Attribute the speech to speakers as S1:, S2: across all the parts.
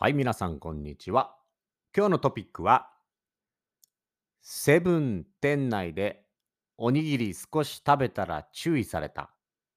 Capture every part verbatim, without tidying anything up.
S1: はい、皆さん、こんにちは。今日のトピックは、セブン店内でおにぎり少し食べたら注意された。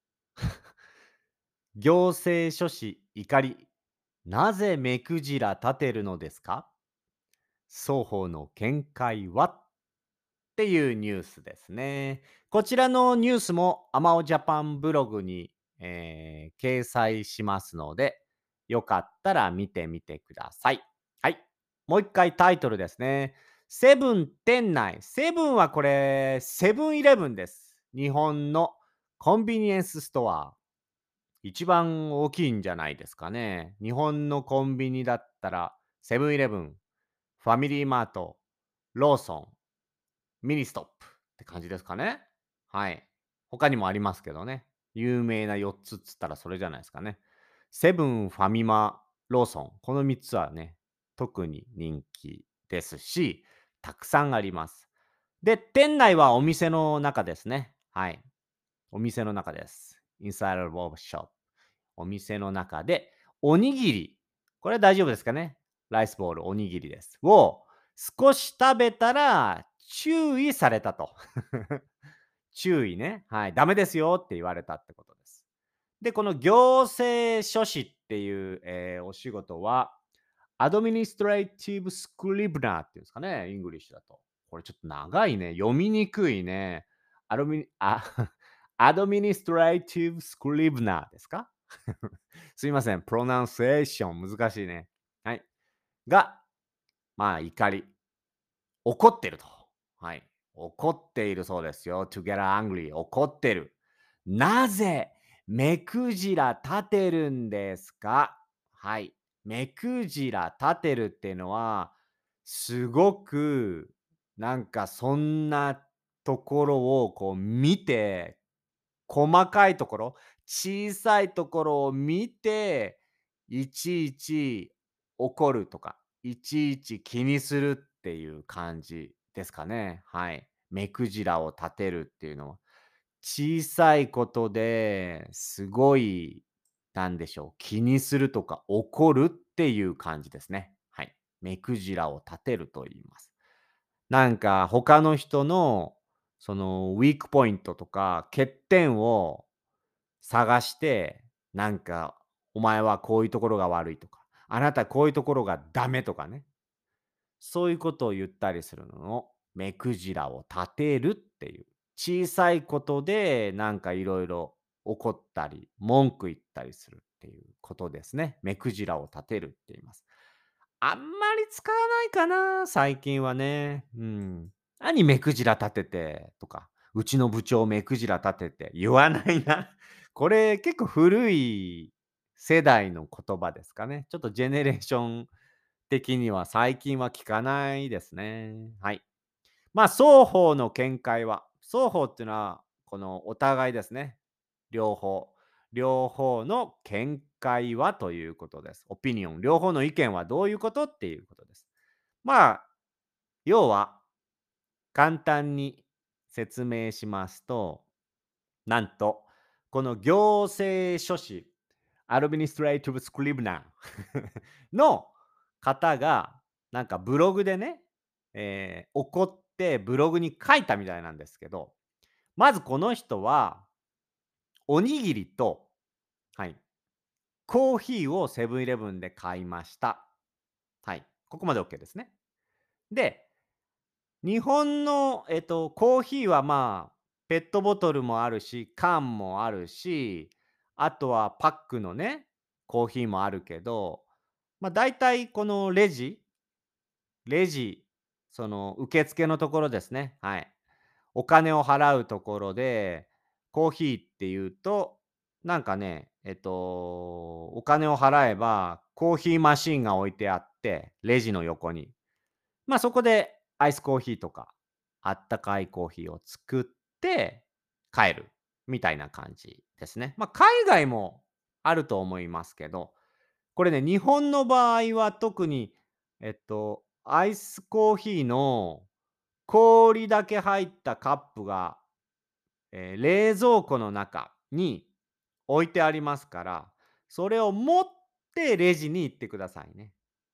S1: 行政書士怒り。なぜ目くじら立てるのですか？双方の見解はっていうニュースですね。こちらのニュースもアマオジャパンブログに、えー掲載しますので、よかったら見てみてください。はい。もう一回タイトルですね。セブン店内。セブンはこれ、セブンイレブンです。日本のコンビニエンスストア。一番大きいんじゃないですかね。日本のコンビニだったら、セブンイレブン、ファミリーマート、ローソン、ミニストップって感じですかね。はい。他にもありますけどね。有名なよっつっつったらそれじゃないですかね。セブン、ファミマ、ローソン。このみっつはね、特に人気ですし、たくさんあります。で、店内はお店の中ですね。はい。お店の中です。Inside of shop。お店の中で、おにぎり。これは大丈夫ですかね。ライスボール、おにぎりです。を少し食べたら注意されたと。注意ね。はい。ダメですよって言われたってことです。で、この行政書士っていう、えーお仕事は、アドミニストレーティブスクリブナーっていうんですかね、イングリッシュだと。これちょっと長いね。読みにくいね。アドミあアドミニストレーティブスクリブナーですか？すいません。プロナンセーション難しいね。はい。が、まあ、怒り。怒ってると。はい。怒っているそうですよ。to get angry。怒ってる。なぜ目くじら立てるんですか？はい。目くじら立てるっていうのは、すごく、なんかそんなところをこう見て、細かいところ、小さいところを見て、いちいち怒るとか、いちいち気にするっていう感じですかね。はい。目くじらを立てるっていうのは、小さいことですごい、なんでしょう、気にするとか怒るっていう感じですね。はい。目くじらを立てると言います。なんか他の人のそのウィークポイントとか欠点を探して、なんかお前はこういうところが悪いとか、あなたこういうところがダメとかね、そういうことを言ったりするのを目くじらを立てるっていう。小さいことでなんかいろいろ怒ったり、文句言ったりするっていうことですね。目くじらを立てるって言います。あんまり使わないかな、最近はね。うん。何目くじら立ててとか、うちの部長目くじら立てて言わないな。これ結構古い世代の言葉ですかね。ちょっとジェネレーション的には最近は聞かないですね。はい。まあ、双方の見解は、双方っていうのは、このお互いですね。両方。両方の見解はということです。オピニオン。両方の意見はどういうことっていうことです。まあ、要は、簡単に説明しますと、なんと、この行政書士、アドミニストレーティブスクリブナーの方が、なんかブログでね、えー怒ってブログに書いたみたいなんですけど、まずこの人は、おにぎりと、はい、コーヒーをセブンイレブンで買いました。はい、ここまで OK ですね。で、日本の、えっと、コーヒーは、まあ、ペットボトルもあるし、缶もあるし、あとはパックのね、コーヒーもあるけど、ま、大体このレジレジ、その受付のところですね、はい。お金を払うところで、コーヒーっていうと、なんかね、えっと、お金を払えば、コーヒーマシンが置いてあって、レジの横に。ま、そこでアイスコーヒーとか、あったかいコーヒーを作って帰るみたいな感じですね。ま、海外もあると思いますけど、これね、日本の場合は特に、えっと、アイスコーヒーの氷だけ入ったカップが、えー冷蔵庫の中に置いてありますから、それを持ってレジに行ってくださいね。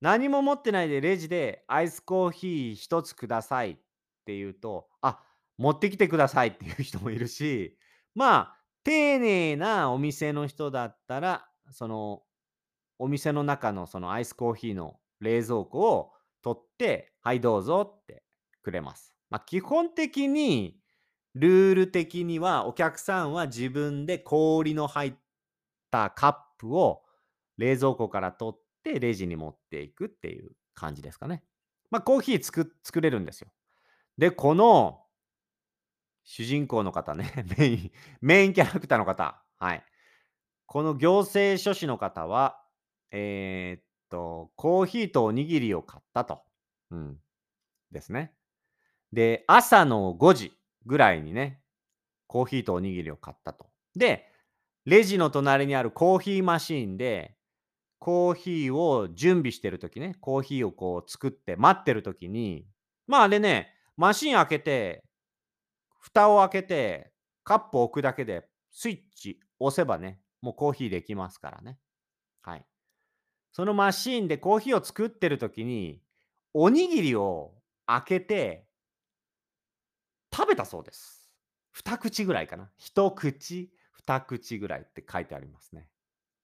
S1: 何も持ってないでレジでアイスコーヒーひとつくださいって言うと、あ、持ってきてくださいっていう人もいるし、まあ、丁寧なお店の人だったら、その、お店の中のそのアイスコーヒーの冷蔵庫を取って、はいどうぞってくれます。まあ、基本的に、ルール的にはお客さんは自分で氷の入ったカップを冷蔵庫から取ってレジに持っていくっていう感じですかね。まあ、コーヒーつく作れるんですよ。で、この主人公の方ね、メインメインキャラクターの方、はい。この行政書士の方は、えーっと、コーヒーとおにぎりを買ったと。うん、ですね。で、朝のごじぐらいにね、コーヒーとおにぎりを買ったと。で、レジの隣にあるコーヒーマシーンで、コーヒーを準備してる時ね、コーヒーをこう作って待ってる時に、まあ、あれね、マシン開けて、蓋を開けて、カップを置くだけで、スイッチ押せばね、もうコーヒーできますからね。はい。そのマシーンでコーヒーを作ってる時に、おにぎりを開けて食べたそうです。に口ぐらいかな。一口、に口ぐらいって書いてありますね。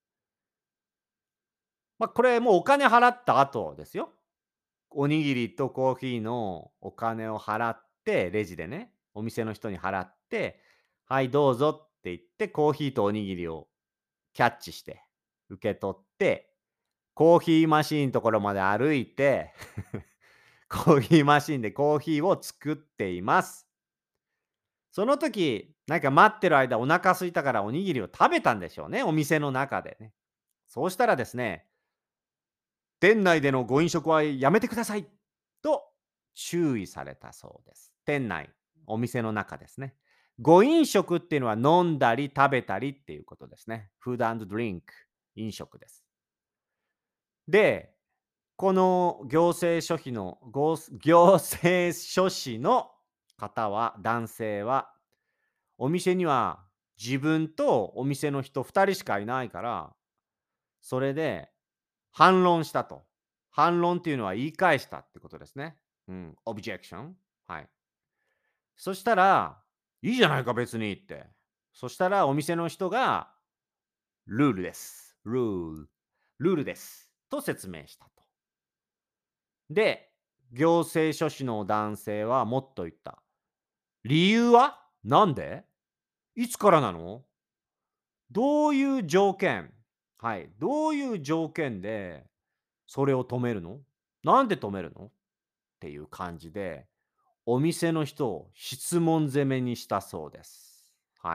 S1: ま、これもうお金払った後ですよ。おにぎりとコーヒーのお金を払って、レジでね、お店の人に払って、はいどうぞって言って、コーヒーとおにぎりをキャッチして、受け取って、コーヒーマシーンところまで歩いて、コーヒーマシーンでコーヒーを作っています。その時、なんか待ってる間お腹空いたからおにぎりを食べたんでしょうね、お店の中でね。そうしたらですね、店内でのご飲食はやめてくださいと注意されたそうです。店内、お店の中ですね。ご飲食っていうのは飲んだり食べたりっていうことですね。フードアンドドリンク、飲食です。で、この行政書士のご行政書士の方は男性は、お店には自分とお店の人ふたりしかいないから、それで反論したと。反論っていうのは言い返したってことですね。うん、オブジェクション。はい。そしたら、いいじゃないか別にって。そしたらお店の人が、ルールです。ルール。ルールです。と説明したと。で、行政書士の男性はもっと言った。理由はなんでいつからなのどういう条件はい。どういう条件でそれを止めるのなんで止めるのっていう感じで、お店の人を質問攻めにしたそうです。はい。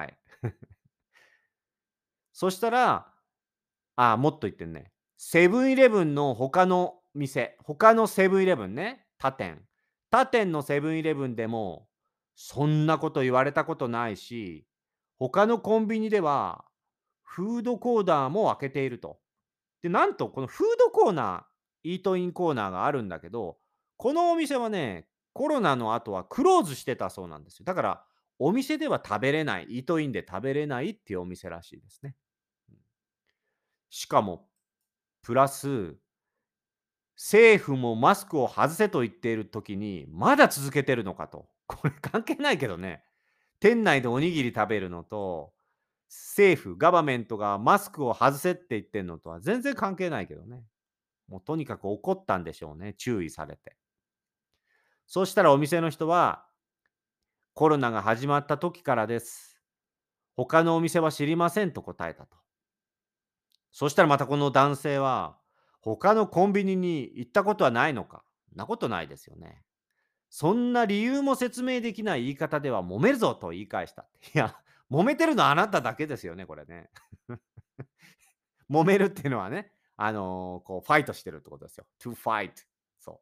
S1: そしたら、あ、もっと言ってんね。セブンイレブンの他の店、他のセブンイレブンね、他店。他店のセブンイレブンでも、そんなこと言われたことないし、他のコンビニでは、フードコーナーも開けていると。で、なんとこのフードコーナー、イートインコーナーがあるんだけど、このお店はね、コロナの後はクローズしてたそうなんですよ。だから、お店では食べれない、イートインで食べれないっていうお店らしいですね。うん。しかも、プラス、政府もマスクを外せと言っている時に、まだ続けてるのかと。これ関係ないけどね。店内でおにぎり食べるのと、政府、ガバメントがマスクを外せって言ってんのとは全然関係ないけどね。もうとにかく怒ったんでしょうね、注意されて。そうしたらお店の人は、コロナが始まった時からです。他のお店は知りませんと答えたと。そしたらまたこの男性は、他のコンビニに行ったことはないのか。そんなことないですよね。そんな理由も説明できない言い方では揉めるぞと言い返した。いや、揉めてるのはあなただけですよね、これね。揉めるっていうのはね、あの、こうファイトしてるってことですよ。to fight。そう。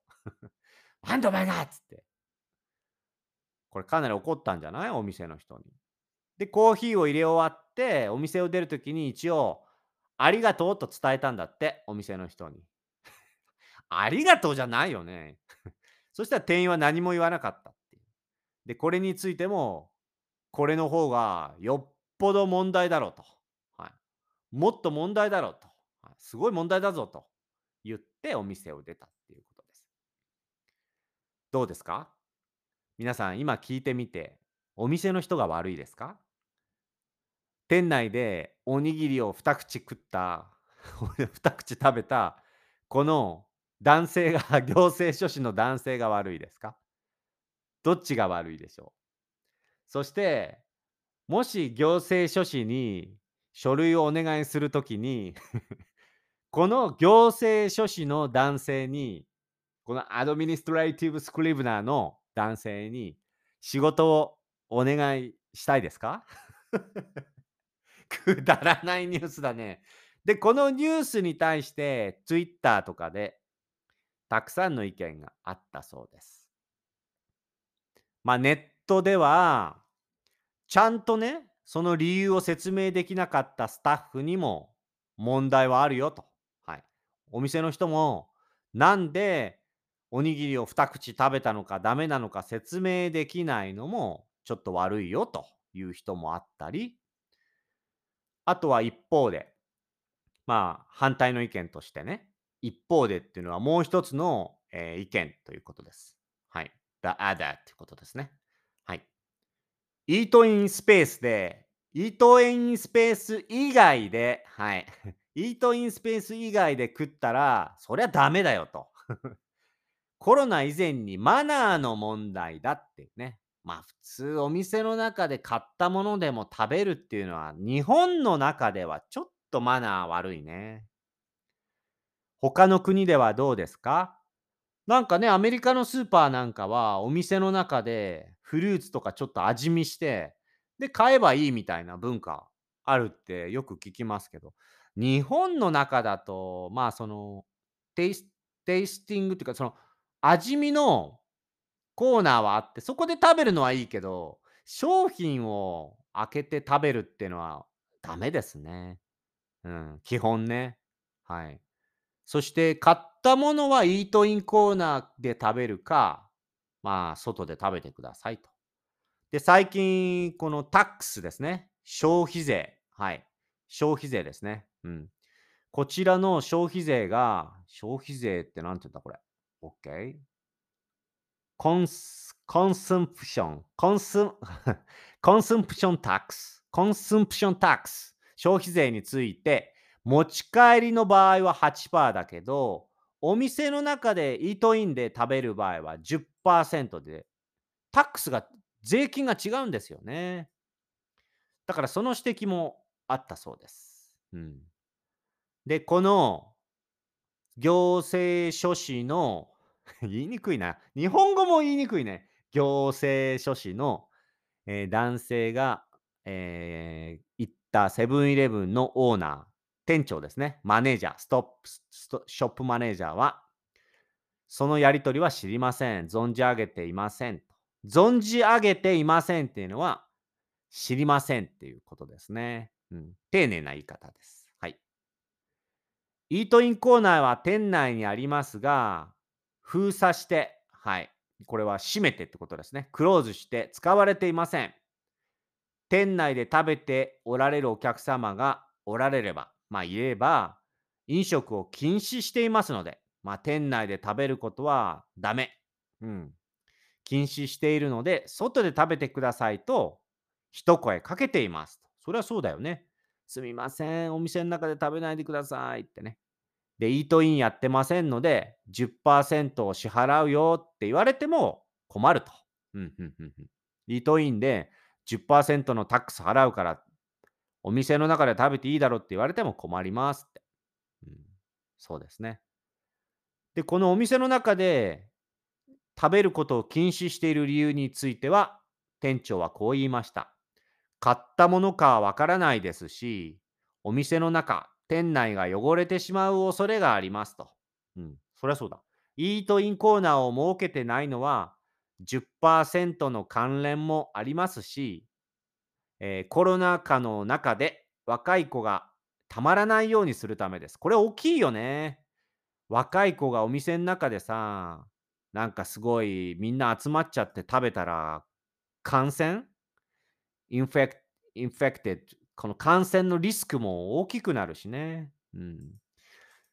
S1: なんでお前がっつって。これかなり怒ったんじゃない？お店の人に。で、コーヒーを入れ終わって、お店を出るときに一応、ありがとうと伝えたんだって、お店の人に。ありがとうじゃないよね。そしたら店員は何も言わなかったっていう。で、これについても、これの方がよっぽど問題だろうと。はい。もっと問題だろうと。はい、すごい問題だぞと言っってお店を出たっていうことです。どうですか？皆さん今聞いてみて、お店の人が悪いですか？店内でおにぎりを二口食った、二口食べた、この男性が行政書士の男性が悪いですか？どっちが悪いでしょう？そして、もし行政書士に書類をお願いするときに、この行政書士の男性に、このアドミニストレイティブスクリブナーの男性に仕事をお願いしたいですか？くだらないニュースだね。で、このニュースに対して Twitter とかでたくさんの意見があったそうです。まあ、ネットでは、ちゃんとね、その理由を説明できなかったスタッフにも問題はあるよと。はい。お店の人も、なんでおにぎりを二口食べたのかダメなのか説明できないのもちょっと悪いよという人もあったり、あとは一方で、まあ、反対の意見としてね、一方でっていうのはもう一つの、えー意見ということです。はい。the other っていうことですね。はい。イートインスペースで、イートインスペース以外で、はい。イートインスペース以外で食ったら、そりゃダメだよと。コロナ以前にマナーの問題だってね。まあ普通お店の中で買ったものでも食べるっていうのは、日本の中ではちょっとマナー悪いね。他の国ではどうですか？なんかね、アメリカのスーパーなんかは、お店の中でフルーツとかちょっと味見して、で、買えばいいみたいな文化あるってよく聞きますけど、日本の中だと、まあ、その、テイステイスティングっていうか、その、味見のコーナーはあって、そこで食べるのはいいけど、商品を開けて食べるっていうのはダメですね。うん、基本ね。はい。そして買ったものはイートインコーナーで食べるか、まあ、外で食べてくださいと。で、最近、このタックスですね。消費税。はい。消費税ですね。うん。こちらの消費税が、消費税ってなんて言うんだこれ。OK? コンス、コンスンプション、コンスン、コンスンプションタックス、コンスンプションタックス、消費税について、持ち帰りの場合ははちパーセントだけど、お店の中でイートインで食べる場合はじゅっパーセントで、タックスが、税金が違うんですよね。だからその指摘もあったそうです。うん。で、この行政書士の言いにくいな。日本語も言いにくいね。行政書士の、えー男性が、えー行ったセブンイレブンのオーナー、店長ですね。マネージャー、ストップ、ストショップマネージャーは、そのやり取りは知りません。存じ上げていません。存じ上げていませんっていうのは、知りませんっていうことですね。うん、丁寧な言い方です。はい。イートインコーナーは店内にありますが、封鎖して、はい。これは閉めてってことですね。クローズして使われていません。店内で食べておられるお客様がおられれば、まあ、いれば、飲食を禁止していますので、まあ、店内で食べることはダメ。うん。禁止しているので、外で食べてくださいと、一声かけています。それはそうだよね。すみません、お店の中で食べないでくださいってね。で、イートインやってませんので、じゅっパーセントを支払うよって言われても困ると。うん、うん、うん、うん。イートインでじゅっパーセントのタックス払うから、お店の中で食べていいだろって言われても困りますって。うん、そうですね。で、このお店の中で食べることを禁止している理由については、店長はこう言いました。買ったものかはわからないですし、お店の中、店内が汚れてしまう恐れがありますと。うん、そりゃそうだ。イートインコーナーを設けてないのは、じゅっパーセントの関連もありますし、えーコロナ禍の中で若い子がたまらないようにするためです。これ大きいよね。若い子がお店の中でさ、なんかすごいみんな集まっちゃって食べたら、感染インフェクインフェクテッドこの感染のリスクも大きくなるしね。うん。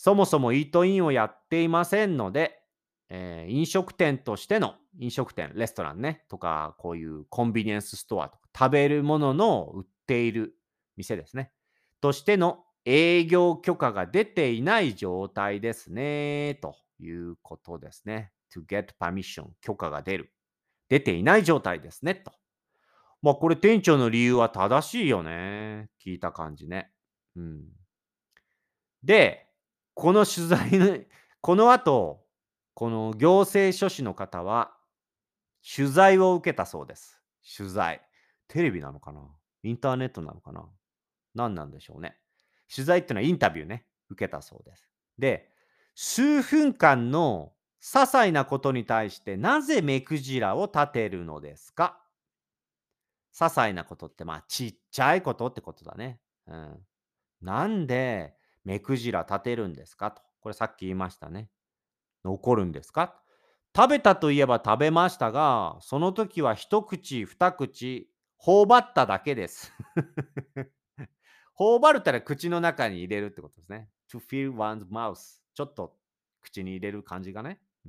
S1: そもそもイートインをやっていませんので、えー飲食店としての、飲食店、レストランね、とか、こういうコンビニエンスストアとか、食べるものの売っている店ですね。としての営業許可が出ていない状態ですね、ということですね。to get permission、許可が出る。出ていない状態ですね、と。まあ、これ店長の理由は正しいよね。聞いた感じね。うん。で、この取材のこの後、この行政書士の方は、取材を受けたそうです。取材。テレビなのかな？インターネットなのかな？何なんでしょうね。取材ってのはインタビューね、受けたそうです。で、数分間の些細なことに対してなぜ目くじらを立てるのですか？些細なことって、まあ、ちっちゃいことってことだね。うん。なんで目くじら立てるんですかと。これさっき言いましたね。残るんですか？食べたといえば食べましたが、その時は一口二口頬張っただけです。頬張るったら口の中に入れるってことですね。to fill one's mouth。ちょっと口に入れる感じがね。うん。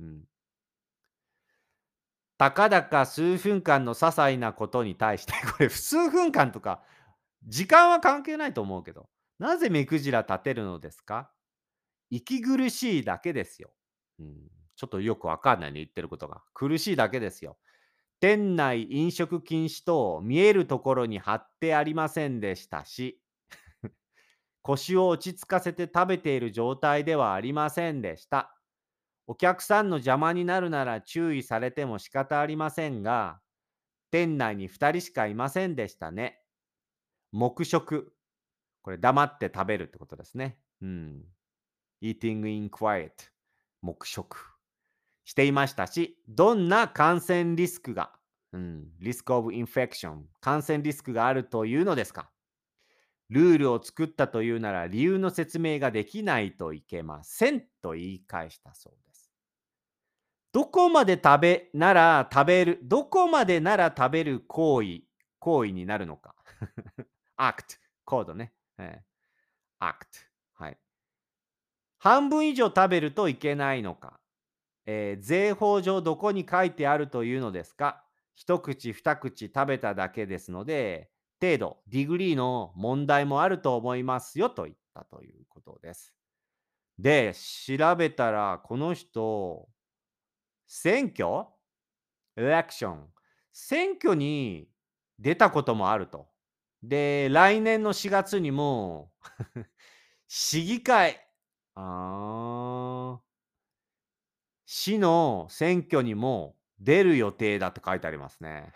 S1: たかだか数分間の些細なことに対して、これ数分間とか、時間は関係ないと思うけど、なぜ目くじら立てるのですか？息苦しいだけですよ。うん、ちょっとよくわかんないね、言ってることが。苦しいだけですよ。店内飲食禁止と見えるところに貼ってありませんでしたし、腰を落ち着かせて食べている状態ではありませんでした。お客さんの邪魔になるなら注意されても仕方ありませんが、店内にふたりしかいませんでしたね。黙食。これ黙って食べるってことですね。うん。eating in quiet。黙食。していましたし、どんな感染リスクが、うん、リスクオブインフェクション、感染リスクがあるというのですか？ルールを作ったというなら理由の説明ができないといけませんと言い返したそうです。どこまで食べなら食べる、どこまでなら食べる行為、行為になるのか。アクト、コードね。えー、アクト。はい。半分以上食べるといけないのか。えー税法上どこに書いてあるというのですか？一口二口食べただけですので、程度、ディグリーの問題もあると思いますよと言ったということです。で、調べたら、この人、選挙エレクション。選挙に出たこともあると。で、来年のしがつにも市議会、あー市の選挙にも出る予定だと書いてありますね。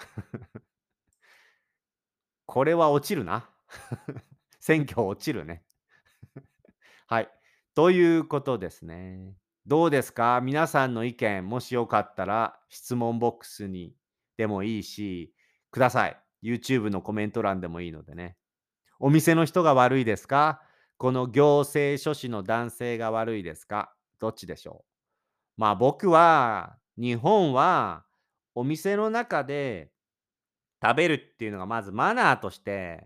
S1: これは落ちるな。選挙落ちるね。はい。ということですね。どうですか？皆さんの意見、もしよかったら質問ボックスにでもいいし、ください。YouTube のコメント欄でもいいのでね。お店の人が悪いですか？この行政書士の男性が悪いですか？どっちでしょう？まあ僕は、日本はお店の中で食べるっていうのがまずマナーとして、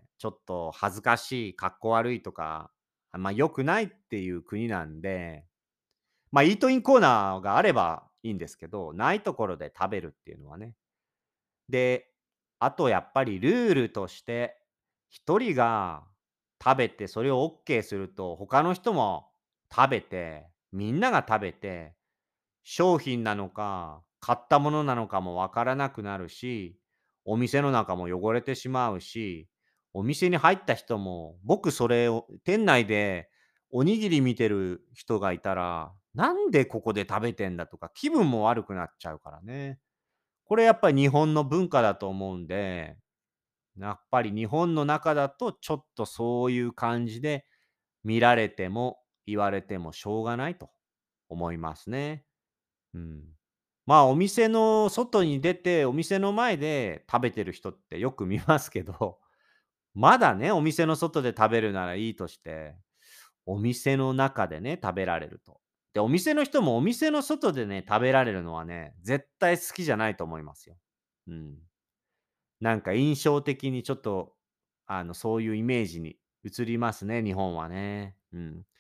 S1: ちょっと恥ずかしい、かっこ悪いとか、あ、ま、良くないっていう国なんで、ま、イートインコーナーがあればいいんですけど、ないところで食べるっていうのはね。で、あとやっぱりルールとして、一人が食べてそれをオッケーすると、他の人も食べて、みんなが食べて商品なのか、買ったものなのかもわからなくなるし、お店の中も汚れてしまうし、お店に入った人も、僕それを店内でおにぎり見てる人がいたら、なんでここで食べてんだとか、気分も悪くなっちゃうからね。これやっぱり日本の文化だと思うんで、やっぱり日本の中だとちょっとそういう感じで見られても言われてもしょうがないと思いますね。うん。まあ、お店の外に出て、お店の前で食べてる人ってよく見ますけど、まだね、お店の外で食べるならいいとして、お店の中でね、食べられると。で、お店の人もお店の外でね、食べられるのはね、絶対好きじゃないと思いますよ。うん。なんか印象的にちょっと、あの、そういうイメージに移りますね、日本はね。うん。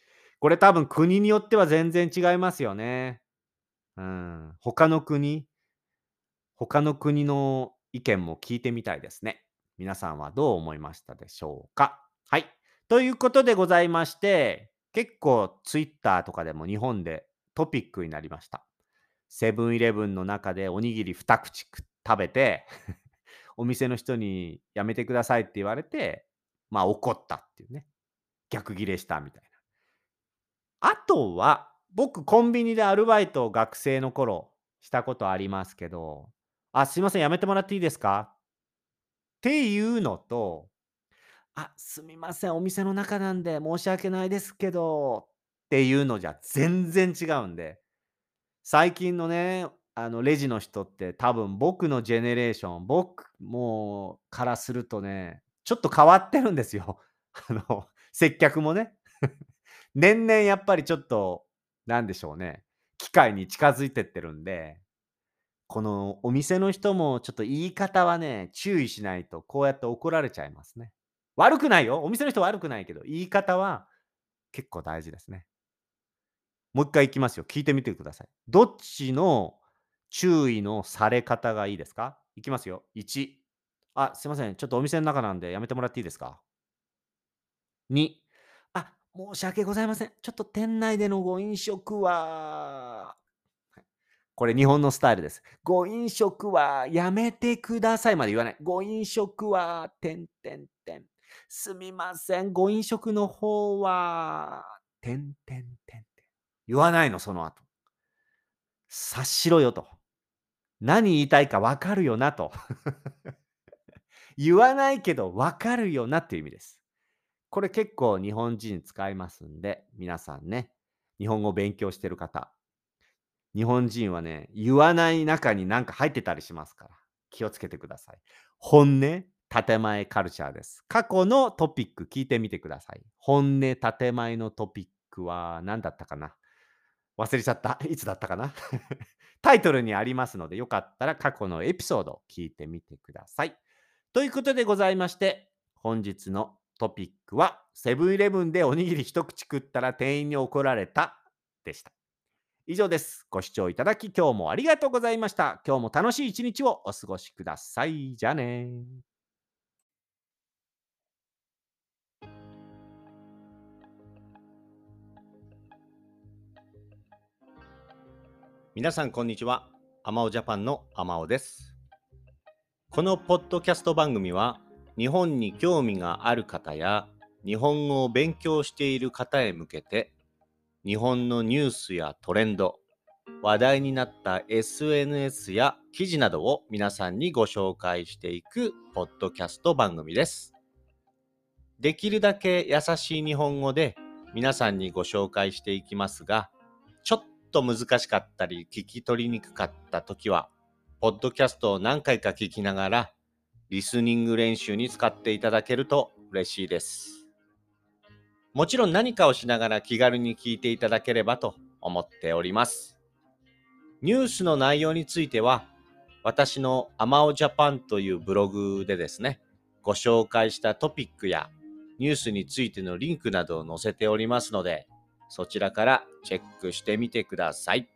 S1: これ多分国によっては全然違いますよね。うん。他の国他の国の意見も聞いてみたいですね。皆さんはどう思いましたでしょうか？はい。ということでございまして、結構ツイッターとかでも日本でトピックになりました。セブンイレブンの中でおにぎりに口く食べて、お店の人にやめてくださいって言われて、まあ怒ったっていうね。逆ギレしたみたいな。あとは、僕コンビニでアルバイトを学生の頃したことありますけど、「あ、すいません、やめてもらっていいですか？」っていうのと、「あ、すみません、お店の中なんで申し訳ないですけど」っていうのじゃ全然違うんで、最近のね、あのレジの人って多分僕のジェネレーション、僕もうからするとね、ちょっと変わってるんですよ。あの、接客もね。年々やっぱりちょっと、なんでしょうね、機械に近づいてってるんで、このお店の人もちょっと言い方はね、注意しないとこうやって怒られちゃいますね。悪くないよ。お店の人悪くないけど、言い方は結構大事ですね。もう一回いきますよ。聞いてみてください。どっちの注意のされ方がいいですか？いきますよ。いち、あ、すいません、ちょっとお店の中なんでやめてもらっていいですか？に、あ、申し訳ございません。ちょっと店内でのご飲食は、これ日本のスタイルです。ご飲食はやめてくださいまで言わない。ご飲食は、てんてんてん。すみません、ご飲食の方は、てんてんてん。言わないの、その後。察しろよと。何言いたいか分かるよなと。言わないけど分かるよなっていう意味です。これ結構日本人使いますんで、皆さんね、日本語を勉強してる方、日本人はね、言わない中になんか入ってたりしますから、気をつけてください。本音、建前カルチャーです。過去のトピック聞いてみてください。本音、建前のトピックは何だったかな、忘れちゃった。いつだったかなタイトルにありますので、よかったら過去のエピソードを聞いてみてください。ということでございまして、本日のトピックは、セブンイレブンでおにぎり一口食ったら店員に怒られたでした。以上です。ご視聴いただき今日もありがとうございました。今日も楽しい一日をお過ごしください。じゃあね。皆さんこんにちは。アマオジャパンのアマオです。このポッドキャスト番組は、日本に興味がある方や日本語を勉強している方へ向けて、日本のニュースやトレンド、話題になった エスエヌエス や記事などを皆さんにご紹介していくポッドキャスト番組です。できるだけ優しい日本語で皆さんにご紹介していきますが、ちょっと難しかったり聞き取りにくかったときは、ポッドキャストを何回か聞きながら、リスニング練習に使っていただけると嬉しいです。もちろん何かをしながら気軽に聞いていただければと思っております。ニュースの内容については、私のアマオジャパンというブログでですね、ご紹介したトピックやニュースについてのリンクなどを載せておりますので、そちらからチェックしてみてください。